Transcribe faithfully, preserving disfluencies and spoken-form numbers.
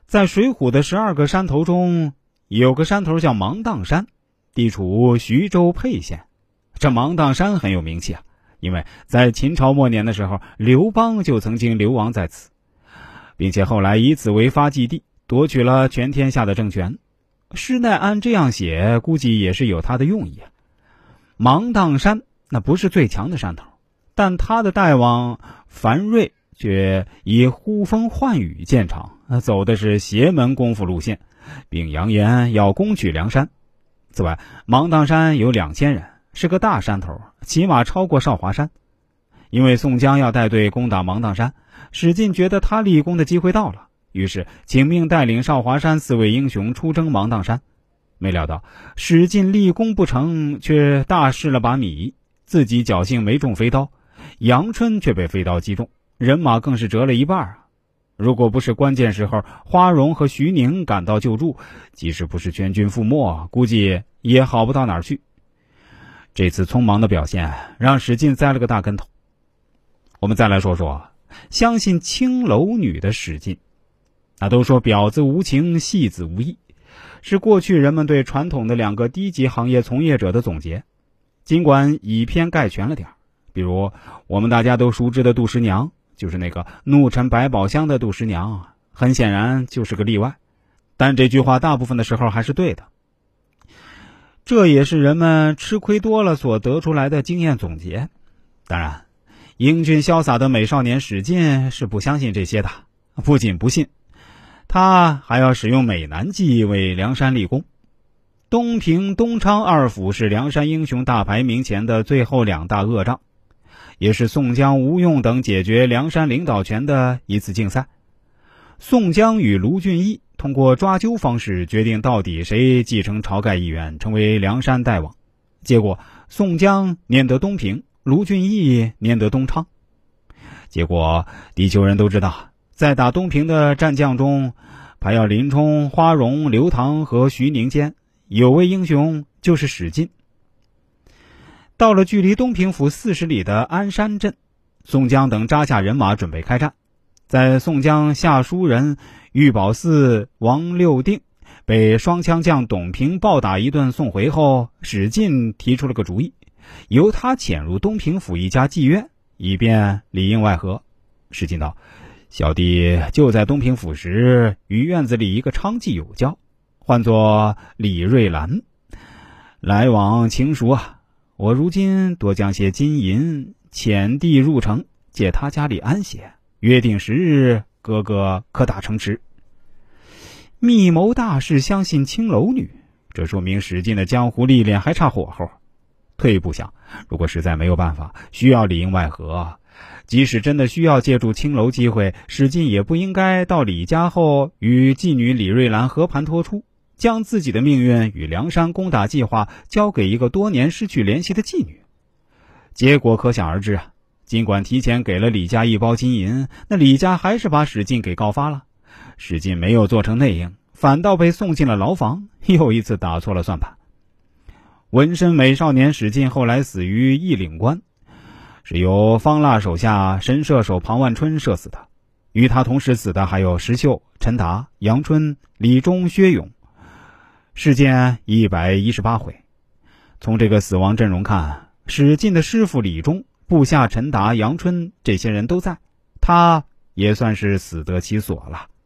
在水浒的十二个山头中，有个山头叫芒砀山，地处徐州沛县。这芒砀山很有名气啊，因为在秦朝末年的时候，刘邦就曾经流亡在此，并且后来以此为发迹地，夺取了全天下的政权。施耐庵这样写，估计也是有他的用意啊。芒砀山那不是最强的山头，但他的大王樊瑞却以呼风唤雨见长，走的是邪门功夫路线，并扬言要攻取梁山。此外，芒砀山有两千人，是个大山头，起码超过少华山。因为宋江要带队攻打芒砀山，史进觉得他立功的机会到了，于是请命带领少华山四位英雄出征芒砀山。没料到史进立功不成，却大失了把米，自己侥幸没中飞刀，杨春却被飞刀击中，人马更是折了一半啊！如果不是关键时候花荣和徐宁赶到救助，即使不是全军覆没，估计也好不到哪儿去。这次匆忙的表现让史进栽了个大跟头。我们再来说说相信青楼女的史进。那都说婊子无情，戏子无义，是过去人们对传统的两个低级行业从业者的总结，尽管以偏概全了点。比如我们大家都熟知的杜十娘，就是那个怒沉百宝箱的杜十娘，很显然就是个例外，但这句话大部分的时候还是对的。这也是人们吃亏多了所得出来的经验总结。当然，英俊潇洒的美少年史进是不相信这些的，不仅不信，他还要使用美男计为梁山立功。东平、东昌二府是梁山英雄大牌名前的最后两大恶仗，也是宋江、吴用等解决梁山领导权的一次竞赛。宋江与卢俊义通过抓阄方式决定到底谁继承晁盖一员，成为梁山代王。结果宋江拈得东平，卢俊义拈得东昌。结果地球人都知道，在打东平的战将中，排要林冲、花荣、刘唐和徐宁间，有位英雄就是史进。到了距离东平府四十里的鞍山镇，宋江等扎下人马准备开战。在宋江下书人玉宝寺王六定被双枪将董平暴打一顿送回后，史进提出了个主意，由他潜入东平府一家妓院，以便里应外合。史进道：小弟就在东平府时与院子里一个娼妓有交，唤作李瑞兰，来往情熟啊。我如今多将些金银遣递入城，借他家里安歇，约定十日，哥哥可打城池。密谋大事，相信青楼女，这说明史进的江湖历练还差火候。退一步想，如果实在没有办法，需要里应外合，即使真的需要借助青楼机会，史进也不应该到李家后与妓女李瑞兰和盘托出，将自己的命运与梁山攻打计划交给一个多年失去联系的妓女。结果可想而知啊！尽管提前给了李家一包金银，那李家还是把史进给告发了。史进没有做成内应，反倒被送进了牢房，又一次打错了算盘。纹身美少年史进后来死于义岭关，是由方腊手下神射手庞万春射死的。与他同时死的还有石秀、陈达、杨春、李忠、薛勇。事件一百一十八回。从这个死亡阵容看，史进的师傅李忠、部下陈达、杨春这些人都在，他也算是死得其所了。